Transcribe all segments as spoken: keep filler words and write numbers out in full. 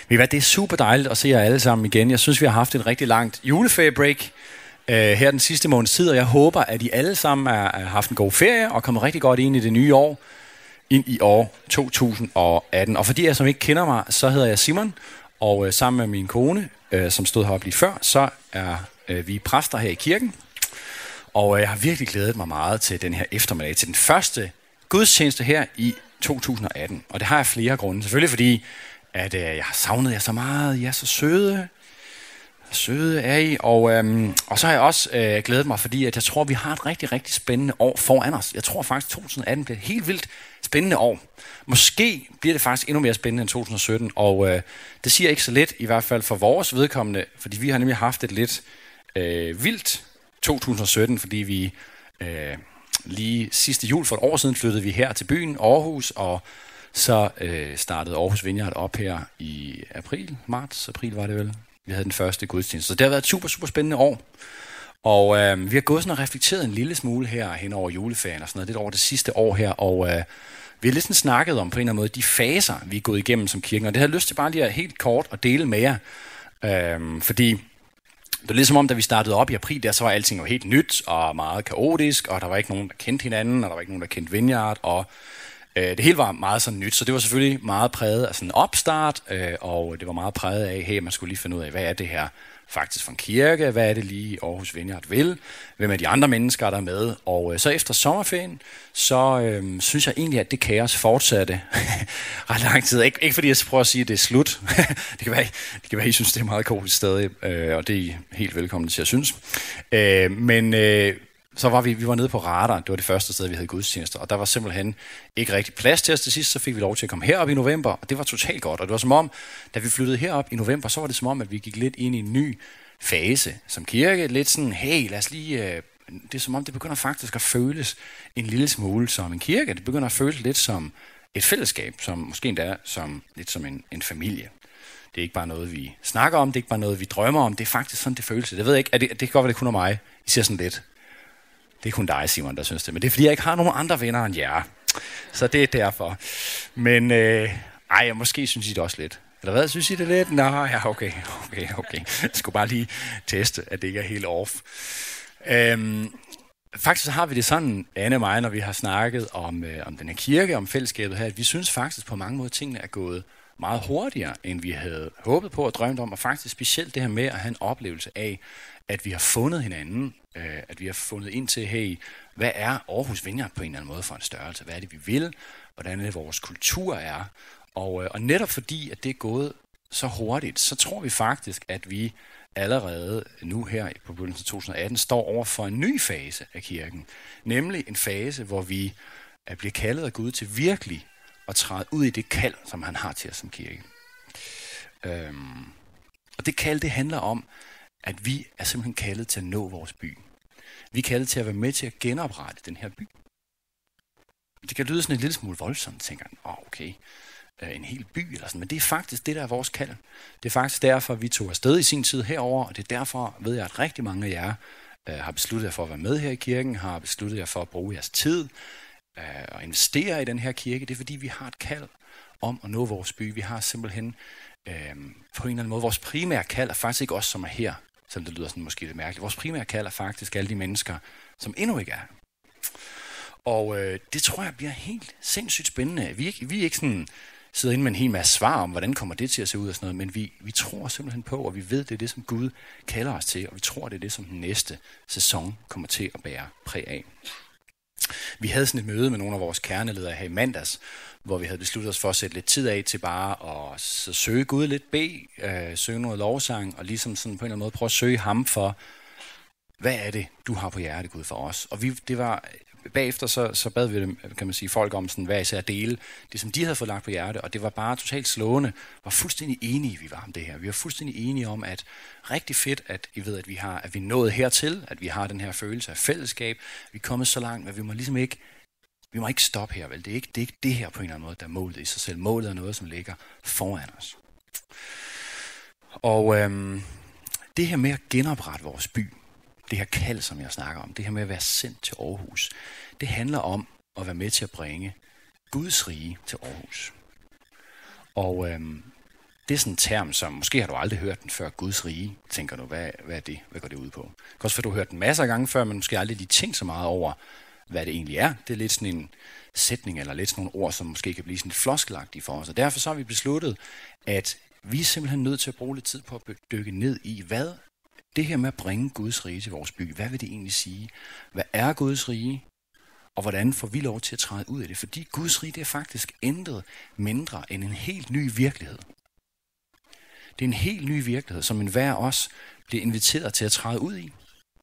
Ved I hvad, det er super dejligt at se jer alle sammen igen. Jeg synes, vi har haft et rigtig langt juleferiebreak uh, her den sidste måneds tid, og jeg håber, at I alle sammen har haft en god ferie og kommet rigtig godt ind i det nye år, ind i år to tusind og atten. Og fordi jeg som ikke kender mig, så hedder jeg Simon, og uh, sammen med min kone, uh, som stod heroppe lige før, så er uh, vi præster her i kirken. Og uh, jeg har virkelig glædet mig meget til den her eftermiddag, til den første gudstjeneste her i to tusind og atten. Og det har jeg flere grunde. Selvfølgelig fordi, at øh, jeg har savnet jer så meget. I er så søde. Søde er I. Og, øhm, og så har jeg også øh, glædet mig, fordi at jeg tror, vi har et rigtig, rigtig spændende år foran os. Jeg tror faktisk, to tusind og atten bliver et helt vildt spændende år. Måske bliver det faktisk endnu mere spændende end to tusind og sytten. Og øh, det siger ikke så lidt, i hvert fald for vores vedkommende. Fordi vi har nemlig haft et lidt øh, vildt to tusind og sytten, fordi vi øh, lige sidste jul for et år siden flyttede vi her til byen, Aarhus, og så øh, startede Aarhus Vineyard op her i april, marts, april var det vel. Vi havde den første gudstjeneste, så det har været et super, super spændende år. Og øh, vi har gået sådan og reflekteret en lille smule her hen over juleferien og sådan noget, lidt over det sidste år her, og øh, vi har lidt sådan snakket om på en eller anden måde de faser, vi er gået igennem som kirken, og det har jeg lyst til bare lige at helt kort at dele med jer, øh, fordi det var ligesom om, da vi startede op i april, der så var alting jo helt nyt og meget kaotisk, og der var ikke nogen, der kendte hinanden, og der var ikke nogen, der kendte Vineyard, og øh, det hele var meget sådan nyt, så det var selvfølgelig meget præget af sådan en opstart, øh, og det var meget præget af, hey, man skulle lige finde ud af, hvad er det her faktisk for en kirke, hvad er det lige Aarhus Vineyard vil, hvem er de andre mennesker, der er med, og øh, så efter sommerferien, så øh, synes jeg egentlig, at det kaos fortsatte ret lang tid. Ik- ikke fordi jeg prøver at sige, at det er slut. det, kan være, det kan være, I synes, det er meget kaotisk stadig, øh, og det er I helt velkommen til at synes. Øh, men øh, så var vi, vi var nede på Radar, det var det første sted, vi havde gudstjenester, og der var simpelthen ikke rigtig plads til os til sidst, så fik vi lov til at komme herop i november, og det var totalt godt, og det var som om, da vi flyttede herop i november, så var det som om, at vi gik lidt ind i en ny fase som kirke, lidt sådan, hey, lad os lige, øh, det er som om, det begynder faktisk at føles en lille smule som en kirke, det begynder at føles lidt som et fællesskab, som måske endda som, lidt som en, en familie. Det er ikke bare noget, vi snakker om, det er ikke bare noget, vi drømmer om, det er faktisk sådan, det føles. Jeg ved ikke, at det, det kan godt være, det kun er mig, I siger sådan lidt. Det er kun dig, Simon, der synes det. Men det er, fordi jeg ikke har nogen andre venner end jer. Så det er derfor. Men øh, ej, måske synes I det også lidt. Eller hvad? Synes I det lidt? Nå, ja, okay, okay, okay. Jeg skulle bare lige teste, at det ikke er helt off. Øhm, faktisk har vi det sådan, Anne og mig, når vi har snakket om, øh, om den her kirke, om fællesskabet her, at vi synes faktisk på mange måder, tingene er gået meget hurtigere, end vi havde håbet på og drømt om. Og faktisk specielt det her med at have en oplevelse af, at vi har fundet hinanden, øh, at vi har fundet ind til, hey, hvad er Aarhus Vineyard på en eller anden måde for en størrelse? Hvad er det, vi vil? Hvordan er det, vores kultur er? Og, øh, og netop fordi, at det er gået så hurtigt, så tror vi faktisk, at vi allerede nu her på begyndelsen af to tusind og atten står over for en ny fase af kirken. Nemlig en fase, hvor vi bliver kaldet af Gud til virkelig at træde ud i det kald, som han har til os som kirke. Øhm, og det kald, det handler om, at vi er simpelthen kaldet til at nå vores by. Vi er kaldet til at være med til at genoprette den her by. Det kan lyde sådan en lille smule voldsomt, tænker jeg, åh, okay, en hel by eller sådan, men det er faktisk det, der er vores kald. Det er faktisk derfor, vi tog afsted i sin tid herover, og det er derfor, ved jeg, at rigtig mange af jer øh, har besluttet jer for at være med her i kirken, har besluttet jer for at bruge jeres tid øh, og investere i den her kirke. Det er fordi, vi har et kald om at nå vores by. Vi har simpelthen øh, på en eller anden måde, vores primære kald er faktisk ikke os, som er her, selvom det lyder sådan måske lidt mærkeligt. Vores primære kald er faktisk alle de mennesker, som endnu ikke er her. Og øh, det tror jeg bliver helt sindssygt spændende. Vi er ikke, vi er ikke sådan sidder inde med en hel masse svar om, hvordan kommer det til at se ud og sådan noget, men vi, vi tror simpelthen på, og vi ved, det er det, som Gud kalder os til, og vi tror, det er det, som den næste sæson kommer til at bære præg af. Vi havde sådan et møde med nogle af vores kerneledere her i mandags, hvor vi havde besluttet os for at sætte lidt tid af til bare at så søge Gud lidt, bede, øh, søge noget lovsang, og ligesom sådan på en eller anden måde prøve at søge ham for, hvad er det, du har på hjerte, Gud, for os? Og vi, det var bagefter så, så bad vi dem, kan man sige, folk om sådan, hvad især at dele det, som de havde fået lagt på hjerte, og det var bare totalt slående. Var fuldstændig enige, vi var om det her. Vi var fuldstændig enige om, at rigtig fedt, at I ved, at vi har, at vi er nået hertil, at vi har den her følelse af fællesskab. Vi er kommet så langt, men vi må ligesom ikke, vi må ikke stoppe her, vel? Det er ikke det, er ikke det her på en eller anden måde, der er målet i sig selv. Målet er noget, som ligger foran os. Og øhm, det her med at genoprette vores by, det her kald, som jeg snakker om, det her med at være sendt til Aarhus, det handler om at være med til at bringe Guds rige til Aarhus. Og øhm, Det er sådan en term, som måske har du aldrig hørt den før, Guds rige. Tænker du, hvad, hvad er det? Hvad går det ud på? Det kan også være, du har hørt den masser af gange før, men måske aldrig lige tænkt så meget over, hvad det egentlig er. Det er lidt sådan en sætning, eller lidt sådan nogle ord, som måske kan blive sådan floskelagtige for os. Og derfor så har vi besluttet, at vi er simpelthen nødt til at bruge lidt tid på at dykke ned i, hvad det her med at bringe Guds rige til vores by, hvad vil det egentlig sige? Hvad er Guds rige? Og hvordan får vi lov til at træde ud af det? Fordi Guds rige, det er faktisk intet mindre end en helt ny virkelighed. Det er en helt ny virkelighed, som enhver af os bliver inviteret til at træde ud i.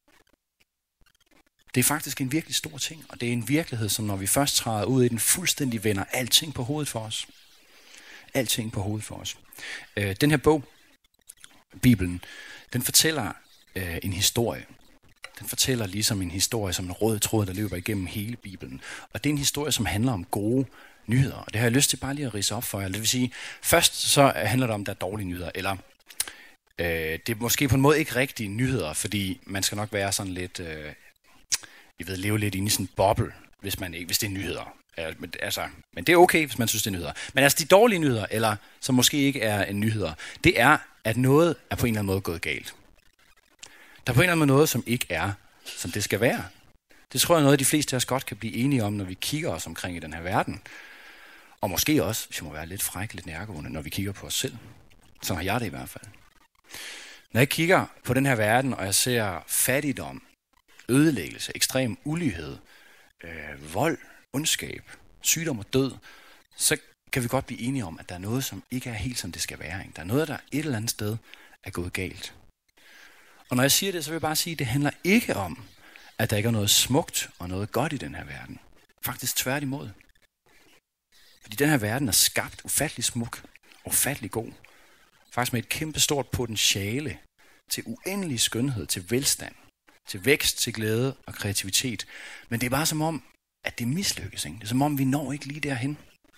Det er faktisk en virkelig stor ting, og det er en virkelighed, som når vi først træder ud i den, fuldstændig vender alting på hovedet for os. Alting på hovedet for os. Øh, den her bog, Bibelen, den fortæller øh, en historie. Den fortæller ligesom en historie som en rød tråd, der løber igennem hele Bibelen. Og det er en historie, som handler om gode nyheder. Og det har jeg lyst til bare lige at ridse op for jer. Det vil sige, først så handler det om, at der er dårlige nyheder. Eller øh, det er måske på en måde ikke rigtige nyheder, fordi man skal nok være sådan lidt, øh, jeg ved, leve lidt inde i sådan en boble, hvis, man ikke, hvis det er nyheder. Altså, men det er okay, hvis man synes, det er nyheder. Men altså de dårlige nyheder, eller som måske ikke er en nyheder, det er, at noget er på en eller anden måde gået galt. Der er på en eller anden måde noget, som ikke er, som det skal være. Det tror jeg er noget, de fleste af os godt kan blive enige om, når vi kigger os omkring i den her verden. Og måske også, hvis jeg må være lidt fræk, lidt nærgående, når vi kigger på os selv. Sådan har jeg det i hvert fald. Når jeg kigger på den her verden, og jeg ser fattigdom, ødelæggelse, ekstrem ulighed, øh, vold, ondskab, sygdom og død, så kan vi godt blive enige om, at der er noget, som ikke er helt, som det skal være. Der er noget, der et eller andet sted er gået galt. Og når jeg siger det, så vil jeg bare sige, at det handler ikke om, at der ikke er noget smukt og noget godt i den her verden. Faktisk tværtimod. Fordi den her verden er skabt ufattelig smuk og ufattelig god. Faktisk med et kæmpe stort potentiale til uendelig skønhed, til velstand, til vækst, til glæde og kreativitet. Men det er bare som om, at det mislykkes. Ikke? Det er som om, vi når ikke lige derhen.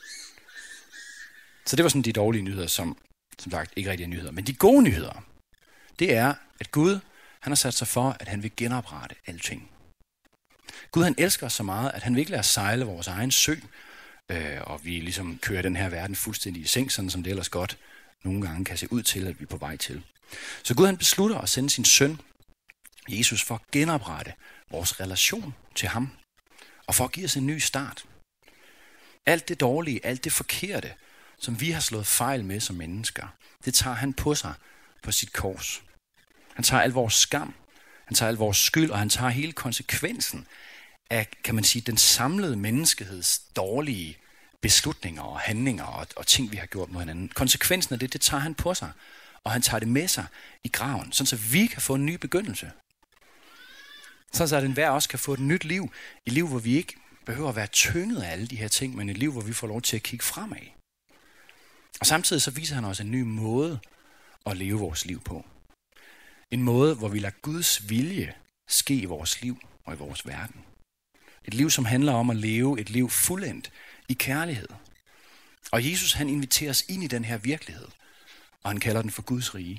Så det var sådan de dårlige nyheder, som som sagt ikke rigtig er nyheder. Men de gode nyheder, det er, at Gud han har sat sig for, at han vil genoprette alting. Gud han elsker os så meget, at han vil ikke lade os sejle vores egen sø, øh, og vi ligesom kører den her verden fuldstændig i seng, sådan som det ellers godt nogle gange kan se ud til, at vi er på vej til. Så Gud han beslutter at sende sin søn, Jesus, for at genoprette vores relation til ham, og for at give os en ny start. Alt det dårlige, alt det forkerte, som vi har slået fejl med som mennesker, det tager han på sig på sit kors. Han tager al vores skam, han tager al vores skyld, og han tager hele konsekvensen af, kan man sige, den samlede menneskeheds dårlige beslutninger og handlinger og, og ting, vi har gjort mod hinanden. Konsekvensen af det, det tager han på sig, og han tager det med sig i graven, sådan så vi kan få en ny begyndelse. Sådan så at enhver også kan få et nyt liv, et liv, hvor vi ikke behøver at være tynget af alle de her ting, men et liv, hvor vi får lov til at kigge fremad. Og samtidig så viser han også en ny måde at leve vores liv på. En måde, hvor vi lader Guds vilje ske i vores liv og i vores verden. Et liv, som handler om at leve et liv fuldendt i kærlighed. Og Jesus han inviterer os ind i den her virkelighed, og han kalder den for Guds rige.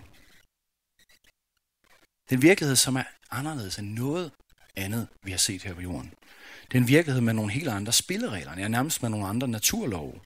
Det er en virkelighed, som er anderledes end noget andet, vi har set her på jorden. Det er en virkelighed med nogle helt andre spilleregler, ja, nærmest med nogle andre naturlove.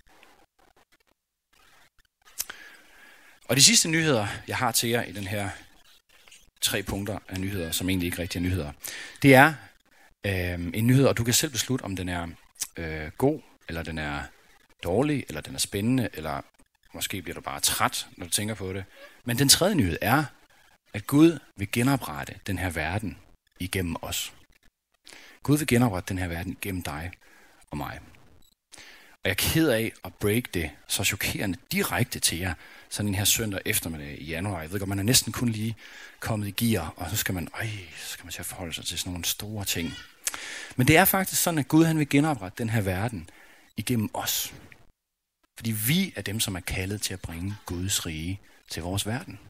Og de sidste nyheder, jeg har til jer i den her tre punkter af nyheder, som egentlig ikke rigtig er nyheder, det er øh, en nyhed, og du kan selv beslutte, om den er øh, god, eller den er dårlig, eller den er spændende, eller måske bliver du bare træt, når du tænker på det. Men den tredje nyhed er, at Gud vil genoprette den her verden igennem os. Gud vil genoprette den her verden igennem dig og mig. Og jeg er ked af at break det så chokerende direkte til jer, sådan en her søndag eftermiddag i januar. Jeg ved godt, man er næsten kun lige kommet i gear, og så skal man, øj, så skal man til at forholde sig til sådan nogle store ting. Men det er faktisk sådan, at Gud han vil genoprette den her verden igennem os. Fordi vi er dem, som er kaldet til at bringe Guds rige til vores verden.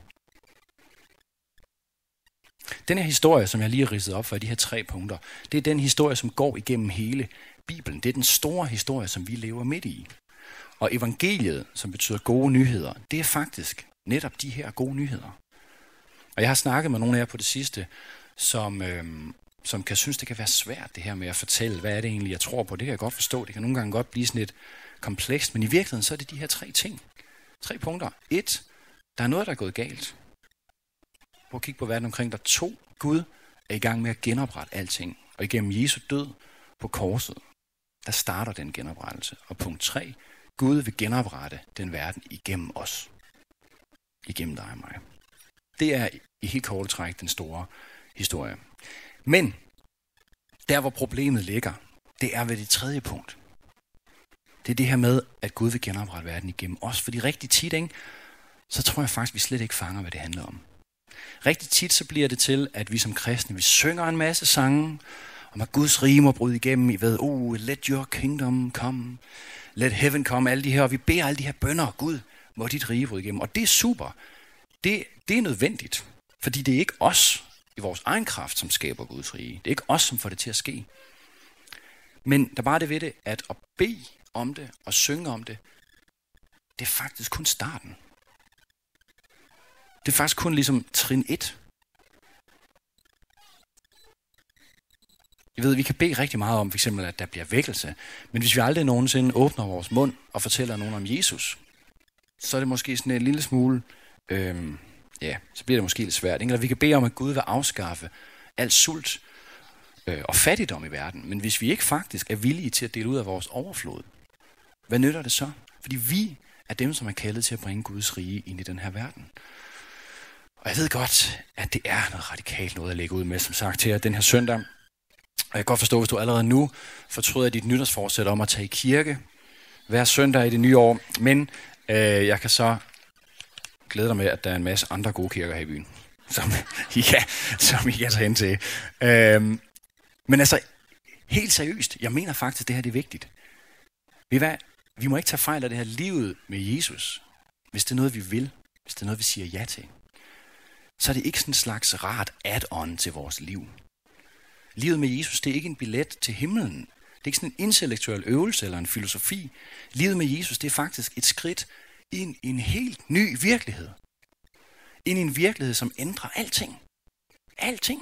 Den her historie, som jeg lige har ridset op for i de her tre punkter, det er den historie, som går igennem hele Bibelen. Det er den store historie, som vi lever midt i. Og evangeliet, som betyder gode nyheder, det er faktisk netop de her gode nyheder. Og jeg har snakket med nogle af jer på det sidste, som, øhm, som kan synes, det kan være svært det her med at fortælle, hvad er det egentlig, jeg tror på. Det kan jeg godt forstå. Det kan nogle gange godt blive sådan lidt komplekst, men i virkeligheden så er det de her tre ting. Tre punkter. Et, Der er noget, der er gået galt. Prøv at kigge på verden omkring dig. To, Gud er i gang med at genoprette alting. Og igennem Jesu død på korset, der starter den genoprettelse. Og punkt tre, Gud vil genoprette den verden igennem os. Igennem dig og mig. Det er i helt korte træk den store historie. Men der, hvor problemet ligger, det er ved det tredje punkt. Det er det her med, at Gud vil genoprette verden igennem os. Fordi rigtig tit, ikke, så tror jeg faktisk, vi slet ikke fanger, hvad det handler om. Rigtig tit så bliver det til, at vi som kristne, vi synger en masse sange, om at Guds rige må bryde igennem. I ved, oh, let your kingdom come, let heaven come, alle de her, og vi beder alle de her bønner, Gud, må dit rige bryde igennem. Og det er super. Det, det er nødvendigt, fordi det er ikke os i vores egen kraft, som skaber Guds rige. Det er ikke os, som får det til at ske. Men der er bare det ved det, at at bede om det og synge om det, det er faktisk kun starten. Det er faktisk kun ligesom trin et. Jeg ved, vi kan bede rigtig meget om, for eksempel, at der bliver vækkelse. Men hvis vi aldrig nogensinde åbner vores mund og fortæller nogen om Jesus, så er det måske sådan en lille smule, øhm, ja, så bliver det måske lidt svært. Ikke? Eller vi kan bede om, at Gud vil afskaffe al sult øh, og fattigdom i verden. Men hvis vi ikke faktisk er villige til at dele ud af vores overflod, hvad nytter det så? Fordi vi er dem, som er kaldet til at bringe Guds rige ind i den her verden. Og jeg ved godt, at det er noget radikalt noget at lægge ud med, som sagt til jer den her søndag. Og jeg kan godt forstå, hvis du allerede nu fortryder dit nytårsforsæt om at tage i kirke hver søndag i det nye år. Men øh, jeg kan så glæde dig med, at der er en masse andre gode kirker her i byen, som, ja, som I kan tage hen til. Øh, men altså, helt seriøst, jeg mener faktisk, at det her det er vigtigt. Ved hvad? Vi må ikke tage fejl af det her livet med Jesus, hvis det er noget, vi vil, hvis det er noget, vi siger ja til. Så er det ikke sådan en slags rart add-on til vores liv. Livet med Jesus, det er ikke en billet til himlen. Det er ikke sådan en intellektuel øvelse eller en filosofi. Livet med Jesus, det er faktisk et skridt ind i en helt ny virkelighed. Ind i en virkelighed, som ændrer alting. Alting.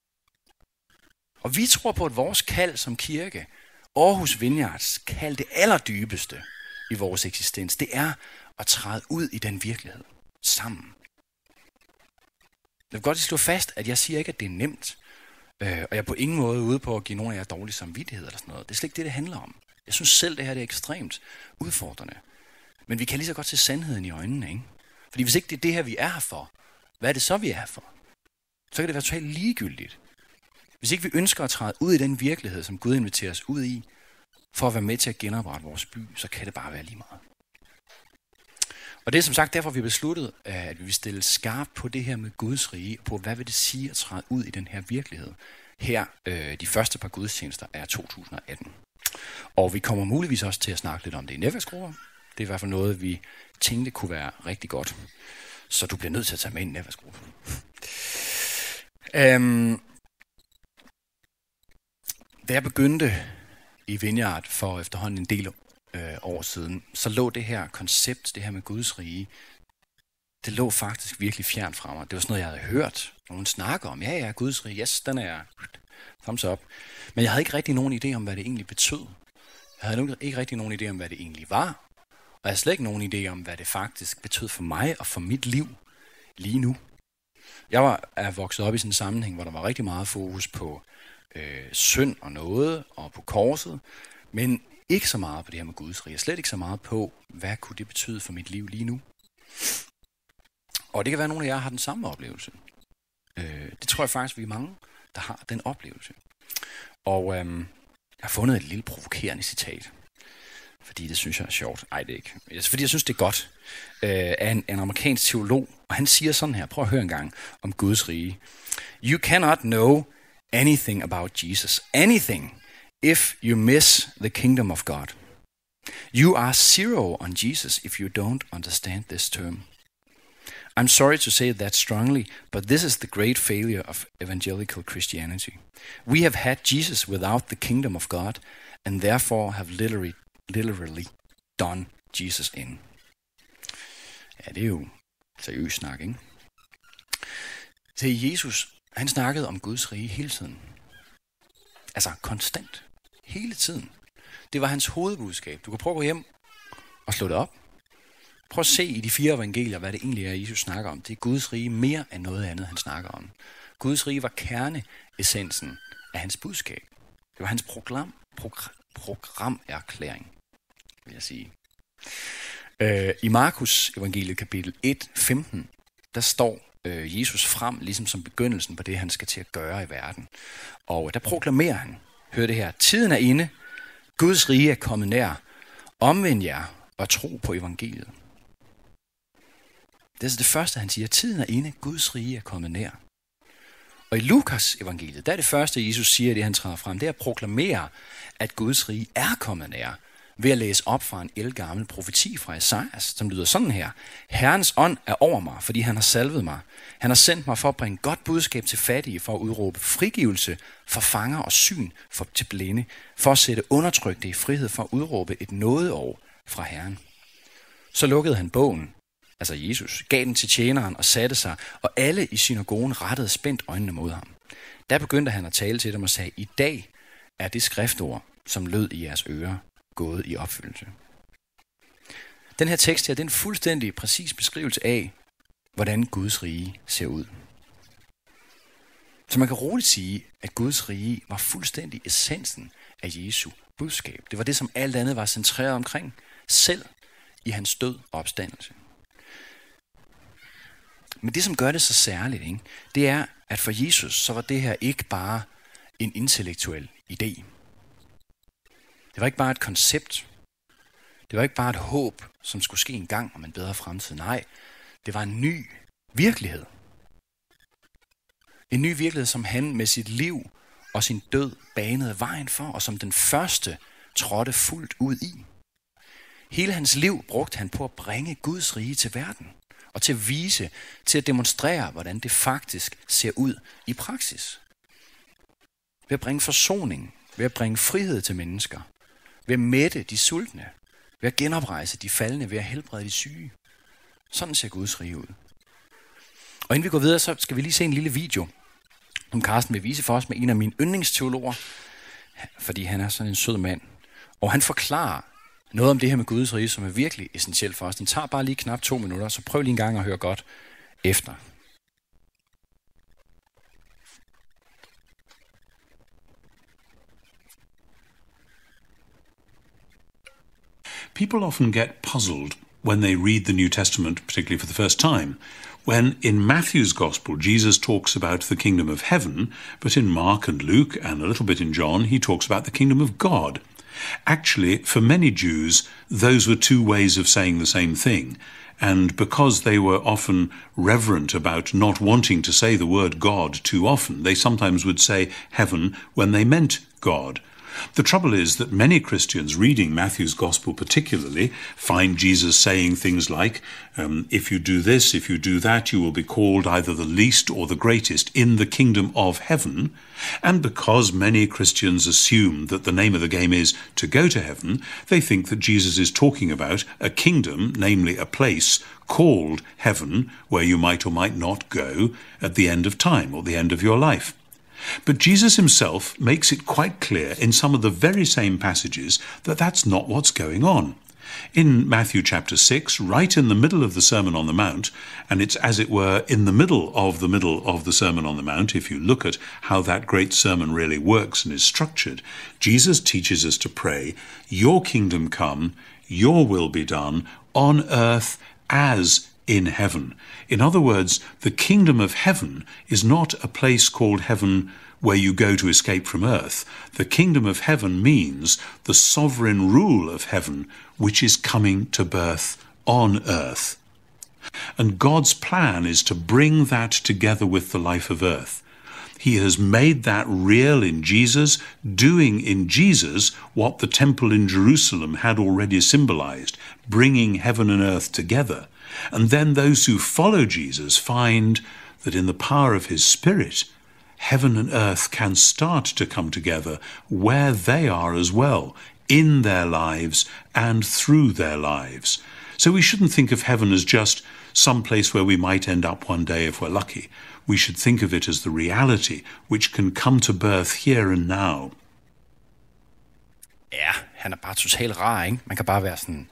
Og vi tror på, at vores kald som kirke, Aarhus Vineyards kald, det allerdybeste i vores eksistens, det er at træde ud i den virkelighed sammen. Jeg vil godt slå fast, at jeg siger ikke, at det er nemt. Øh, og jeg er på ingen måde ude på at give nogen af jer dårlig samvittighed eller sådan noget. Det er slet ikke det, det handler om. Jeg synes selv, det her det er ekstremt udfordrende. Men vi kan lige så godt se sandheden i øjnene, ikke? Fordi hvis ikke det er det her, vi er her for, hvad er det så, vi er her for? Så kan det være totalt ligegyldigt. Hvis ikke vi ønsker at træde ud i den virkelighed, som Gud inviterer os ud i, for at være med til at genoprette vores by, så kan det bare være lige meget. Og det er som sagt derfor, vi har besluttet, at vi vil stille skarpt på det her med Guds rige, på hvad vil det sige at træde ud i den her virkelighed. Her, øh, de første par gudstjenester er to tusind atten. Og vi kommer muligvis også til at snakke lidt om det i netværksgrupper. Det er i hvert fald noget, vi tænkte kunne være rigtig godt. Så du bliver nødt til at tage med i en netværksgruppe. øhm, da jeg begyndte i Vineyard for efterhånden en del øh, år siden, så lå det her koncept, det her med Guds rige, det lå faktisk virkelig fjernt fra mig. Det var sådan noget, jeg havde hørt nogen snakke om. Ja, ja, Guds rige, yes, den er thumbs up. Men jeg havde ikke rigtig nogen idé om, hvad det egentlig betød. Jeg havde ikke rigtig nogen idé om, hvad det egentlig var. Og jeg havde slet ikke nogen idé om, hvad det faktisk betød for mig og for mit liv lige nu. Jeg var er vokset op i sådan en sammenhæng, hvor der var rigtig meget fokus på øh, synd og noget, og på korset, men ikke så meget på det her med Guds rige. Slet ikke så meget på, hvad kunne det betyde for mit liv lige nu. Og det kan være, at nogle af jer har den samme oplevelse. Øh, det tror jeg faktisk, vi er mange, der har den oplevelse. Og øh, jeg har fundet et lille provokerende citat, fordi det synes jeg er sjovt. Ej, det er ikke. Altså, fordi jeg synes, det er godt. Øh, af en, en amerikansk teolog, og han siger sådan her, prøv at høre en gang om Guds rige. You cannot know anything about Jesus, anything, if you miss the kingdom of God. You are zero on Jesus if you don't understand this term. I'm sorry to say that strongly, but this is the great failure of evangelical Christianity. We have had Jesus without the kingdom of God, and therefore have literally, literally done Jesus in. Ja, det er jo seriøst snak, ikke? Så Jesus, han snakkede om Guds rige hele tiden. Altså konstant. Hele tiden. Det var hans hovedbudskab. Du kan prøve at gå hjem og slå det op. Prøv at se i de fire evangelier, hvad det egentlig er, Jesus snakker om. Det er Guds rige mere end noget andet, han snakker om. Guds rige var kerneessensen af hans budskab. Det var hans program, progr- programerklæring, vil jeg sige. Øh, I Markus evangeliet kapitel et, femten, der står øh, Jesus frem ligesom som begyndelsen på det, han skal til at gøre i verden. Og der proklamerer han, hør det her, tiden er inde, Guds rige er kommet nær, omvend jer og tro på evangeliet. Det er altså det første, han siger, tiden er inde, Guds rige er kommet nær. Og i Lukas evangeliet, der er det første, Jesus siger, det han træder frem, det er at proklamere, at Guds rige er kommet nær, ved at læse op fra en ældgammel profeti fra Esajas, som lyder sådan her. Herrens ånd er over mig, fordi han har salvet mig. Han har sendt mig for at bringe godt budskab til fattige, for at udråbe frigivelse for fanger og syn for til blinde, for at sætte undertrykte i frihed, for at udråbe et nådeår fra Herren. Så lukkede han bogen, altså Jesus, gav den til tjeneren og satte sig, og alle i synagogen rettede spændt øjnene mod ham. Der begyndte han at tale til dem og sagde, i dag er det skriftord, som lød i jeres ører, gået i opfyldelse. Den her tekst her, det er en fuldstændig præcis beskrivelse af, hvordan Guds rige ser ud. Så man kan roligt sige, at Guds rige var fuldstændig essensen af Jesu budskab. Det var det, som alt andet var centreret omkring, selv i hans død og opstandelse. Men det, som gør det så særligt, ikke, det er, at for Jesus, så var det her ikke bare en intellektuel idé. Det var ikke bare et koncept. Det var ikke bare et håb, som skulle ske en gang om en bedre fremtid. Nej, det var en ny virkelighed. En ny virkelighed, som han med sit liv og sin død banede vejen for, og som den første trådte fuldt ud i. Hele hans liv brugte han på at bringe Guds rige til verden, og til at vise, til at demonstrere, hvordan det faktisk ser ud i praksis. Ved at bringe forsoning, ved at bringe frihed til mennesker, ved at mætte de sultne, ved at genoprejse de faldne, ved at helbrede de syge. Sådan ser Guds rige ud. Og inden vi går videre, så skal vi lige se en lille video, som Carsten vil vise for os med en af mine yndlingsteologer, fordi han er sådan en sød mand. Og han forklarer noget om det her med Guds rige, som er virkelig essentielt for os. Den tager bare lige knap to minutter, så prøv lige en gang at høre godt efter. People often get puzzled when they read the New Testament, particularly for the first time, when in Matthew's Gospel Jesus talks about the kingdom of heaven, but in Mark and Luke and a little bit in John he talks about the kingdom of God. Actually, for many Jews, those were two ways of saying the same thing, and because they were often reverent about not wanting to say the word God too often, they sometimes would say heaven when they meant God. The trouble is that many Christians reading Matthew's Gospel particularly find Jesus saying things like, um, if you do this, if you do that, you will be called either the least or the greatest in the kingdom of heaven. And because many Christians assume that the name of the game is to go to heaven, they think that Jesus is talking about a kingdom, namely a place called heaven, where you might or might not go at the end of time or the end of your life. But Jesus himself makes it quite clear in some of the very same passages that that's not what's going on. In Matthew chapter six, right in the middle of the Sermon on the Mount, and it's as it were in the middle of the middle of the Sermon on the Mount, if you look at how that great sermon really works and is structured, Jesus teaches us to pray, your kingdom come, your will be done, on earth as in heaven. In other words, the kingdom of heaven is not a place called heaven where you go to escape from earth. The kingdom of heaven means the sovereign rule of heaven, which is coming to birth on earth. And God's plan is to bring that together with the life of earth. He has made that real in Jesus, doing in Jesus what the temple in Jerusalem had already symbolized, bringing heaven and earth together. And then those who follow Jesus find that in the power of his Spirit, heaven and earth can start to come together where they are as well, in their lives and through their lives. So we shouldn't think of heaven as just some place where we might end up one day if we're lucky. We should think of it as the reality which can come to birth here and now. Ja, han er bare totalt rar, ikke? Man kan bare være sådan,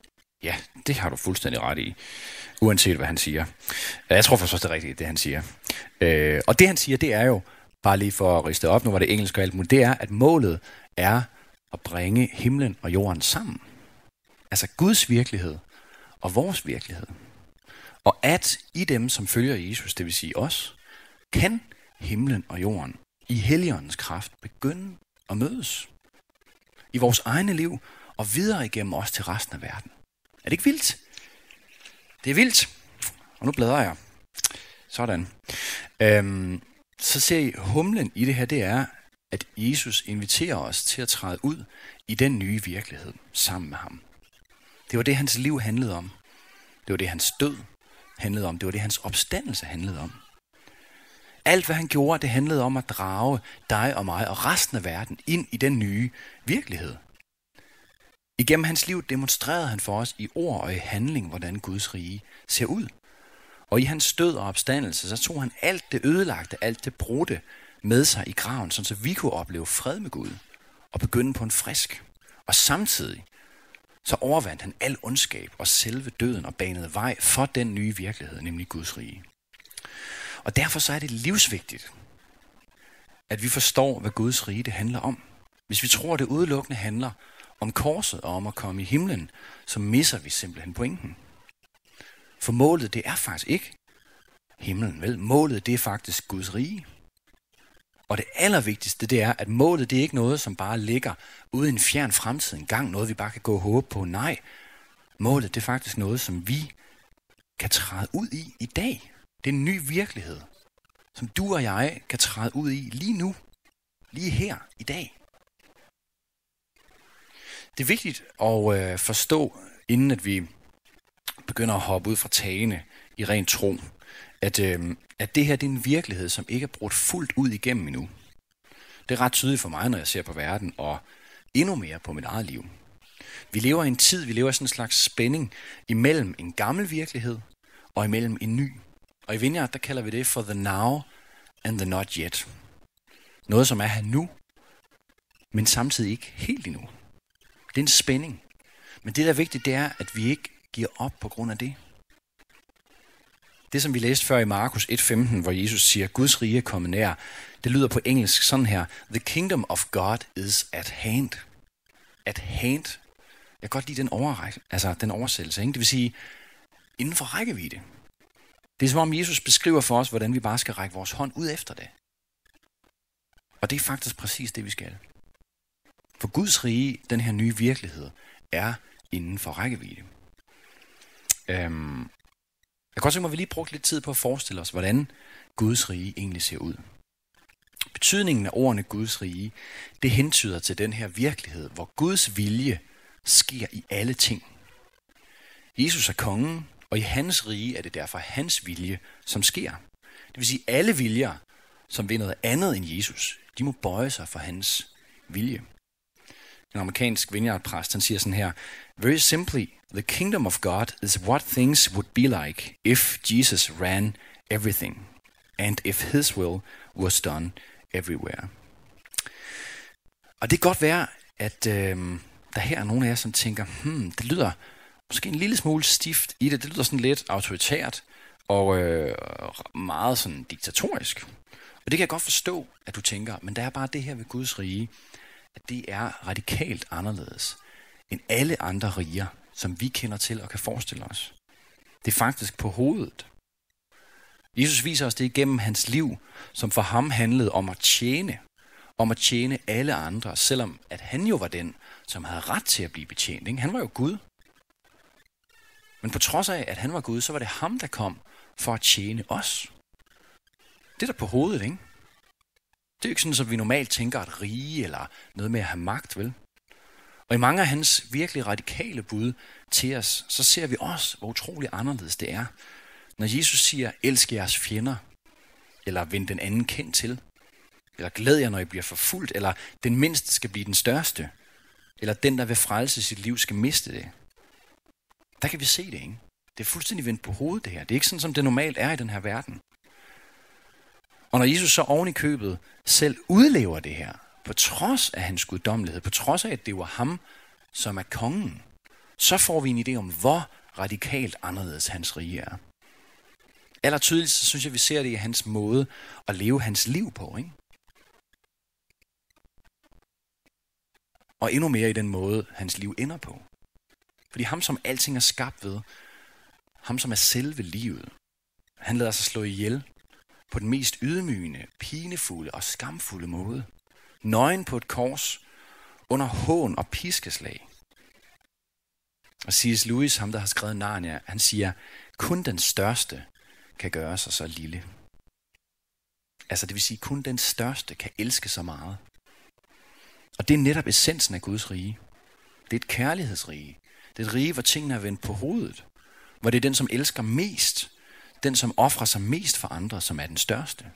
Ja, det har du fuldstændig ret i, uanset hvad han siger. Jeg tror faktisk også, det er rigtigt, det han siger. Øh, og det han siger, det er jo, bare lige for at riste op, nu var det engelsk og alt muligt, det er, at målet er at bringe himlen og jorden sammen. Altså Guds virkelighed og vores virkelighed. Og at i dem, som følger Jesus, det vil sige os, kan himlen og jorden i Helligåndens kraft begynde at mødes. I vores egne liv og videre igennem os til resten af verden. Er det ikke vildt? Det er vildt. Og nu bladrer jeg. Sådan. Øhm, så ser I, humlen i det her, det er, at Jesus inviterer os til at træde ud i den nye virkelighed sammen med ham. Det var det, hans liv handlede om. Det var det, hans død handlede om. Det var det, hans opstandelse handlede om. Alt, hvad han gjorde, det handlede om at drage dig og mig og resten af verden ind i den nye virkelighed. Igennem hans liv demonstrerede han for os i ord og i handling, hvordan Guds rige ser ud. Og i hans død og opstandelse, så tog han alt det ødelagte, alt det brudte med sig i graven, så vi kunne opleve fred med Gud og begynde på en frisk. Og samtidig så overvandt han al ondskab og selve døden og banede vej for den nye virkelighed, nemlig Guds rige. Og derfor så er det livsvigtigt, at vi forstår, hvad Guds rige det handler om. Hvis vi tror, det udelukkende handler om korset og om at komme i himlen, så misser vi simpelthen pointen. For målet, det er faktisk ikke himlen, vel? Målet, det er faktisk Guds rige. Og det allervigtigste, det er, at målet, det er ikke noget, som bare ligger ude i en fjern fremtid en gang, noget vi bare kan gå og håbe på. Nej, målet, det er faktisk noget, som vi kan træde ud i i dag. Det er en ny virkelighed, som du og jeg kan træde ud i lige nu, lige her i dag. Det er vigtigt at øh, forstå, inden at vi begynder at hoppe ud fra tagene i ren tro, at, øh, at det her det er en virkelighed, som ikke er brudt fuldt ud igennem endnu. Det er ret tydeligt for mig, når jeg ser på verden, og endnu mere på mit eget liv. Vi lever i en tid, vi lever i sådan en slags spænding imellem en gammel virkelighed og imellem en ny. Og i Vineyard, der kalder vi det for the now and the not yet. Noget, som er her nu, men samtidig ikke helt endnu. Det er en spænding. Men det, der er vigtigt, det er, at vi ikke giver op på grund af det. Det, som vi læste før i Markus et femten, hvor Jesus siger, Guds rige er kommet nær, det lyder på engelsk sådan her: The kingdom of God is at hand. At hand. Jeg kan godt lide den, overræk- altså, den oversættelse. Ikke? Det vil sige, inden for rækkevidde. Det er som om Jesus beskriver for os, hvordan vi bare skal række vores hånd ud efter det. Og det er faktisk præcis det, vi skal. For Guds rige, den her nye virkelighed, er inden for rækkevidde. Øhm, jeg kan godt tænke mig, at vi lige brugte lidt tid på at forestille os, hvordan Guds rige egentlig ser ud. Betydningen af ordene Guds rige, det hentyder til den her virkelighed, hvor Guds vilje sker i alle ting. Jesus er kongen, og i hans rige er det derfor hans vilje, som sker. Det vil sige, alle viljer, som vil noget andet end Jesus, de må bøje sig for hans vilje. En amerikansk vineyardpræst, han siger sådan her: Very simply, the kingdom of God is what things would be like if Jesus ran everything, and if his will was done everywhere. Og det kan godt være, at øh, der her er nogle af jer, som tænker, hmm, det lyder måske en lille smule stift i det. Det lyder sådan lidt autoritært og øh, meget sådan diktatorisk. Og det kan jeg godt forstå, at du tænker, men der er bare det her ved Guds rige, at det er radikalt anderledes end alle andre riger, som vi kender til og kan forestille os. Det er faktisk på hovedet. Jesus viser os det igennem hans liv, som for ham handlede om at tjene, om at tjene alle andre, selvom at han jo var den, som havde ret til at blive betjent. Ikke? Han var jo Gud. Men på trods af, at han var Gud, så var det ham, der kom for at tjene os. Det er der på hovedet, ikke? Det er jo ikke sådan, som vi normalt tænker at rige eller noget med at have magt, vel? Og i mange af hans virkelig radikale bud til os, så ser vi også, hvor utrolig anderledes det er. Når Jesus siger, elsk jeres fjender, eller vend den anden kendt til, eller glæd jer, når I bliver forfulgt, eller den mindste skal blive den største, eller den, der vil frelse sit liv, skal miste det. Der kan vi se det, ikke? Det er fuldstændig vendt på hovedet, det her. Det er ikke sådan, som det normalt er i den her verden. Og når Jesus så oven i købet selv udlever det her, på trods af hans guddommelighed, på trods af, at det var ham, som er kongen, så får vi en idé om, hvor radikalt anderledes hans rige er. Aller tydeligst, så synes jeg, vi ser det i hans måde at leve hans liv på, ikke? Og endnu mere i den måde, hans liv ender på. Fordi ham, som alting er skabt ved, ham, som er selve livet, han lader sig slå ihjel på den mest ydmygende, pinefulde og skamfulde måde. Nøgen på et kors, under hån og piskeslag. Og C S Lewis, ham der har skrevet Narnia, han siger, kun den største kan gøre sig så lille. Altså det vil sige, kun den største kan elske så meget. Og det er netop essensen af Guds rige. Det er et kærlighedsrige. Det er et rige, hvor tingene er vendt på hovedet. Hvor det er den, som elsker mest. Den, som offrer sig mest for andre, som er den største.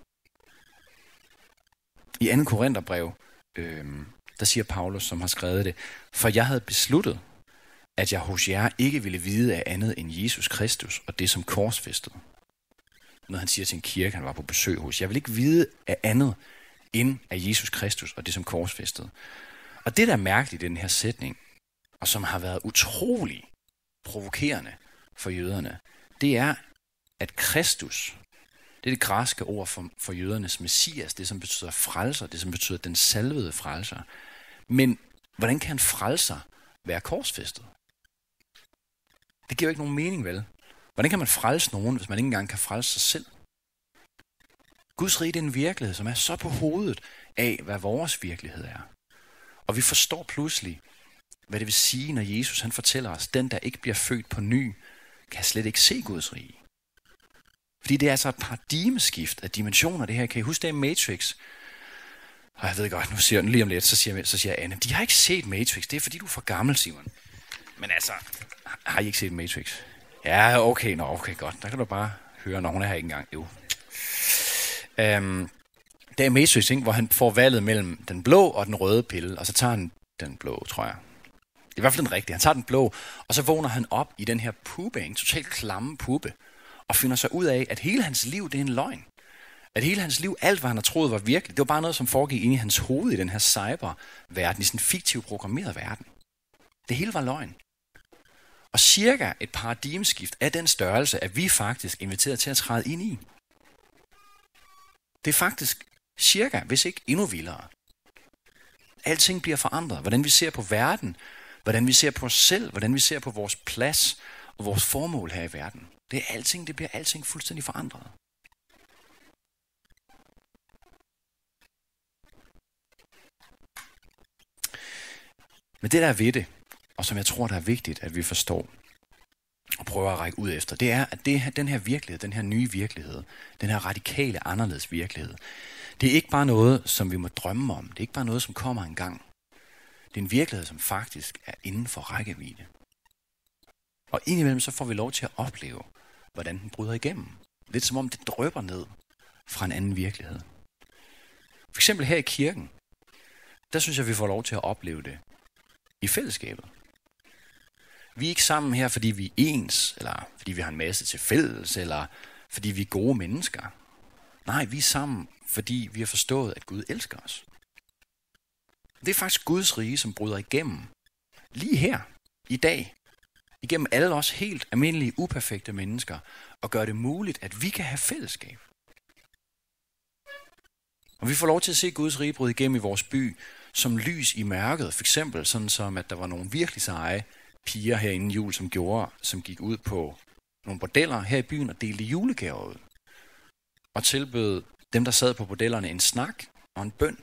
I anden Korintherbrev, øh, der siger Paulus, som har skrevet det, for jeg havde besluttet, at jeg hos jer ikke ville vide af andet end Jesus Kristus og det som korsfæstet. Når han siger til en kirke, han var på besøg hos. Jeg vil ikke vide af andet end af Jesus Kristus og det som korsfæstet. Og det, der er mærkeligt i den her sætning, og som har været utrolig provokerende for jøderne, det er, at Kristus, det er det græske ord for, for jødernes messias, det som betyder frelser, det som betyder den salvede frelser. Men hvordan kan en frelser være korsfæstet? Det giver jo ikke nogen mening, vel? Hvordan kan man frelse nogen, hvis man ikke engang kan frelse sig selv? Guds rige er en virkelighed, som er så på hovedet af, hvad vores virkelighed er. Og vi forstår pludselig, hvad det vil sige, når Jesus han fortæller os, den der ikke bliver født på ny, kan slet ikke se Guds rige. Fordi det er altså et paradigmeskift af dimensioner, det her. Kan I huske det i Matrix? Og jeg ved godt, nu siger jeg lige om lidt, så siger, så siger Anne, de har ikke set Matrix, det er fordi du er for gammel, Simon. Men altså, har I ikke set Matrix? Ja, okay, nå, okay, godt. Der kan du bare høre, når hun er her ikke engang. Jo. Um, det er Matrix, ikke, hvor han får valget mellem den blå og den røde pille, og så tager han den blå, tror jeg. Det er i hvert fald den rigtige. Han tager den blå, og så vågner han op i den her puppe, en totalt klamme puppe, og finder sig ud af, at hele hans liv, det er en løgn. At hele hans liv, alt hvad han har troet var virkeligt, det var bare noget, som foregik inde i hans hoved i den her cyberverden, i sådan en fiktiv programmeret verden. Det hele var løgn. Og cirka et paradigmeskift af den størrelse, at vi faktisk inviteret til at træde ind i. Det er faktisk cirka, hvis ikke endnu vildere. Alting bliver forandret. Hvordan vi ser på verden, hvordan vi ser på os selv, hvordan vi ser på vores plads og vores formål her i verden. Det er alting, det bliver alting fuldstændig forandret. Men det der er ved det, og som jeg tror, der er vigtigt, at vi forstår og prøver at række ud efter, det er, at det her, den her virkelighed, den her nye virkelighed, den her radikale, anderledes virkelighed, det er ikke bare noget, som vi må drømme om. Det er ikke bare noget, som kommer en gang. Det er en virkelighed, som faktisk er inden for rækkevidde. Og indimellem så får vi lov til at opleve, hvordan den bryder igennem. Lidt som om det drypper ned fra en anden virkelighed. For eksempel her i kirken, der synes jeg, vi får lov til at opleve det i fællesskabet. Vi er ikke sammen her, fordi vi er ens, eller fordi vi har en masse til fælles, eller fordi vi er gode mennesker. Nej, vi er sammen, fordi vi har forstået, at Gud elsker os. Det er faktisk Guds rige, som bryder igennem. Lige her, i dag, igennem alle os helt almindelige, uperfekte mennesker, og gør det muligt, at vi kan have fællesskab. Og vi får lov til at se Guds rige bryde igennem i vores by, som lys i mørket. For eksempel sådan som, at der var nogle virkelig seje piger her inden jul, som gjorde, som gik ud på nogle bordeller her i byen og delte julegaver ud. Og tilbød dem, der sad på bordellerne, en snak og en bøn.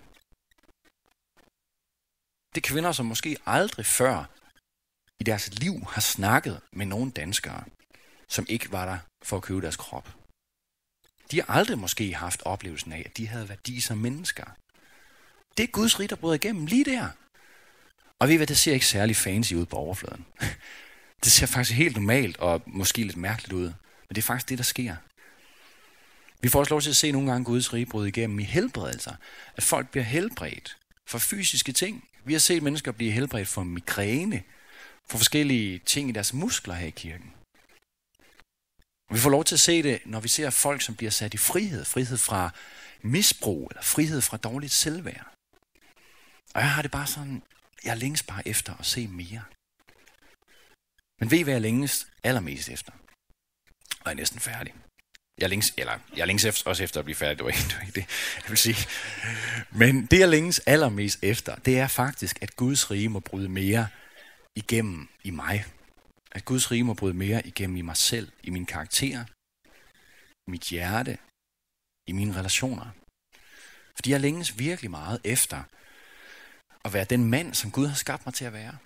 Det er kvinder, som måske aldrig før i deres liv har snakket med nogen danskere, som ikke var der for at købe deres krop. De har aldrig måske haft oplevelsen af, at de havde værdi som mennesker. Det er Guds rige, der bryder igennem lige der. Og ved I hvad, det ser ikke særlig fancy ud på overfladen. Det ser faktisk helt normalt og måske lidt mærkeligt ud. Men det er faktisk det, der sker. Vi får også lov til at se nogle gange Guds rige bryde igennem i helbredelser. At folk bliver helbredt for fysiske ting. Vi har set mennesker blive helbredt for migræne, for forskellige ting i deres muskler her i kirken. Og vi får lov til at se det, når vi ser folk, som bliver sat i frihed. Frihed fra misbrug, eller frihed fra dårligt selvværd. Og jeg har det bare sådan, jeg længes bare efter at se mere. Men ved I, hvad jeg længes allermest efter? Og jeg er næsten færdig. Jeg længes, eller, jeg længes efter, også efter at blive færdig, det var ikke, det var ikke det, jeg vil sige. Men det, jeg længes allermest efter, det er faktisk, at Guds rige må bryde mere igennem i mig. At Guds rige må bryde mere igennem i mig selv, i min karakter, i mit hjerte, i mine relationer. Fordi jeg længes virkelig meget efter at være den mand, som Gud har skabt mig til at være.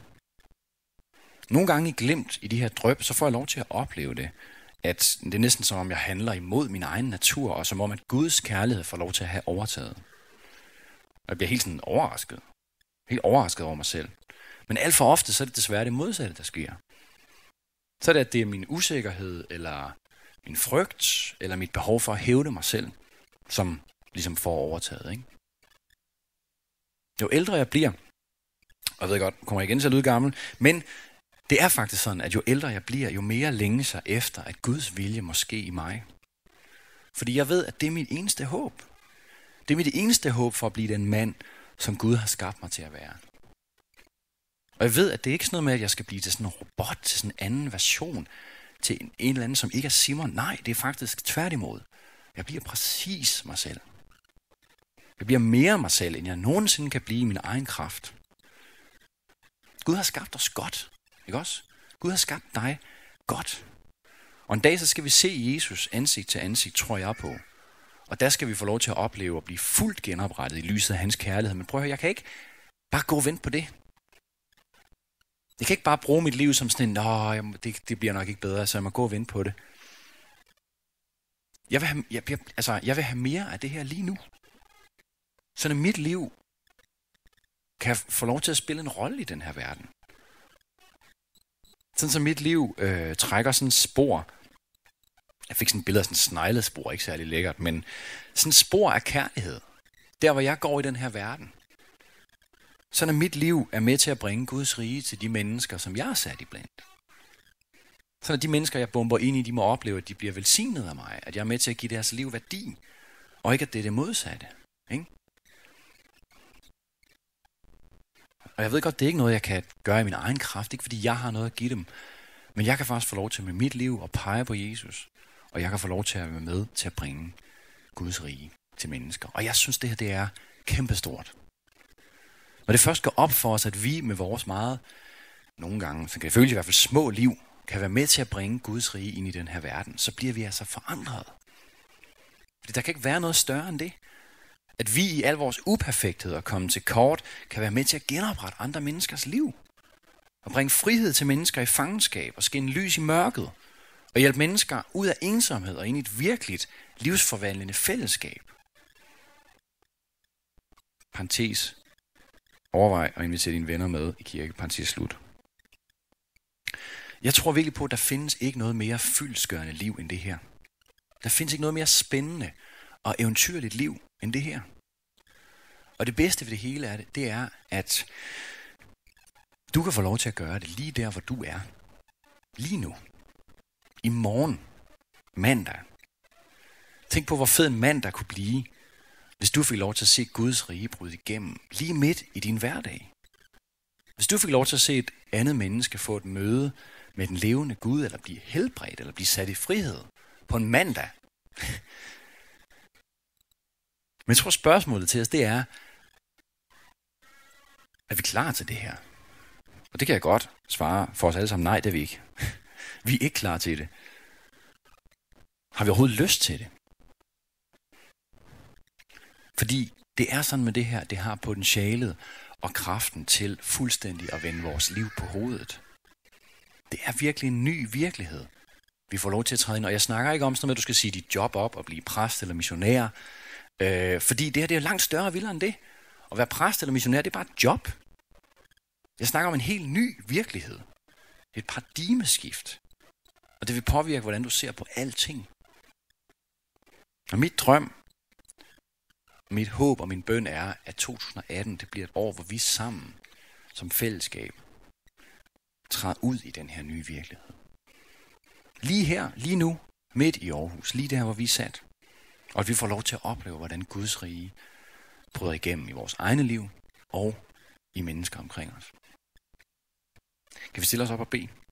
Nogle gange i glimt i de her drøb, så får jeg lov til at opleve det. At det er næsten som om jeg handler imod min egen natur, og som om at Guds kærlighed får lov til at have overtaget. Og jeg bliver helt sådan overrasket. Helt overrasket over mig selv. Men alt for ofte, så er det desværre det modsatte, der sker. Så er det, at det er min usikkerhed, eller min frygt, eller mit behov for at hævde mig selv, som ligesom får overtaget, ikke? Jo ældre jeg bliver, og jeg ved godt, kommer jeg igen til at lyde gammel, men det er faktisk sådan, at jo ældre jeg bliver, jo mere længes jeg efter, at Guds vilje må ske i mig. Fordi jeg ved, at det er mit eneste håb. Det er mit eneste håb for at blive den mand, som Gud har skabt mig til at være. Og jeg ved, at det er ikke sådan noget med, at jeg skal blive til sådan en robot, til sådan en anden version, til en, en eller anden, som ikke er Simon. Nej, det er faktisk tværtimod. Jeg bliver præcis mig selv. Jeg bliver mere mig selv, end jeg nogensinde kan blive i min egen kraft. Gud har skabt os godt, ikke også? Gud har skabt dig godt. Og en dag så skal vi se Jesus ansigt til ansigt, tror jeg på. Og der skal vi få lov til at opleve at blive fuldt genoprettet i lyset af hans kærlighed. Men prøv at høre, jeg kan ikke bare gå og vente på det. Jeg kan ikke bare bruge mit liv som sådan en, nå, det, det bliver nok ikke bedre, så jeg må gå og vente på det. Jeg vil have, jeg, jeg, altså, jeg vil have mere af det her lige nu. Så mit liv kan få lov til at spille en rolle i den her verden. Sådan som mit liv øh, trækker sådan et spor. Jeg fik sådan et billede af sådan et sneglespor, ikke særlig lækkert, men sådan et spor af kærlighed. Der hvor jeg går i den her verden. Sådan at mit liv er med til at bringe Guds rige til de mennesker, som jeg er sat iblandt. Sådan at de mennesker, jeg bomber ind i, de må opleve, at de bliver velsignet af mig. At jeg er med til at give deres liv værdi. Og ikke at det er det modsatte. Ikke? Og jeg ved godt, det er ikke noget, jeg kan gøre i min egen kraft. Ikke fordi jeg har noget at give dem. Men jeg kan faktisk få lov til med mit liv at pege på Jesus. Og jeg kan få lov til at være med til at bringe Guds rige til mennesker. Og jeg synes, det her det er kæmpestort. Når det først går op for os, at vi med vores meget, nogle gange, så kan det føles i hvert fald små liv, kan være med til at bringe Guds rige ind i den her verden, så bliver vi altså forandret. Fordi der kan ikke være noget større end det. At vi i al vores uperfekthed og komme til kort, kan være med til at genoprette andre menneskers liv. Og bringe frihed til mennesker i fangenskab og skinne lys i mørket. Og hjælpe mennesker ud af ensomhed og ind i et virkeligt livsforvandlende fællesskab. Parentes. Overvej at invitere dine venner med i kirke. Parentes slut. Jeg tror virkelig på, at der findes ikke noget mere fyldestgørende liv end det her. Der findes ikke noget mere spændende og eventyrligt liv end det her. Og det bedste ved det hele er det, det er, at du kan få lov til at gøre det lige der, hvor du er. Lige nu. I morgen. Mandag. Tænk på, hvor fed en mandag kunne blive, hvis du fik lov til at se Guds rige bryde igennem lige midt i din hverdag. Hvis du fik lov til at se et andet menneske få et møde med den levende Gud, eller blive helbredt, eller blive sat i frihed på en mandag. Men jeg tror spørgsmålet til os, det er, er vi klar til det her? Og det kan jeg godt svare for os alle sammen, nej, det er vi ikke. Vi er ikke klar til det. Har vi overhovedet lyst til det? Fordi det er sådan med det her, det har potentialet og kraften til fuldstændig at vende vores liv på hovedet. Det er virkelig en ny virkelighed, vi får lov til at træde ind. Og jeg snakker ikke om sådan noget med, at du skal sige dit job op og blive præst eller missionær. Øh, fordi det her det er langt større og vildere end det. At være præst eller missionær, det er bare et job. Jeg snakker om en helt ny virkelighed. Et paradigmeskift. Og det vil påvirke, hvordan du ser på alting. Og mit drøm, mit håb og min bøn er, at to tusind atten det bliver et år, hvor vi sammen som fællesskab træder ud i den her nye virkelighed. Lige her, lige nu, midt i Aarhus, lige der, hvor vi er sat. Og at vi får lov til at opleve, hvordan Guds rige bryder igennem i vores egne liv og i mennesker omkring os. Kan vi stille os op og bede?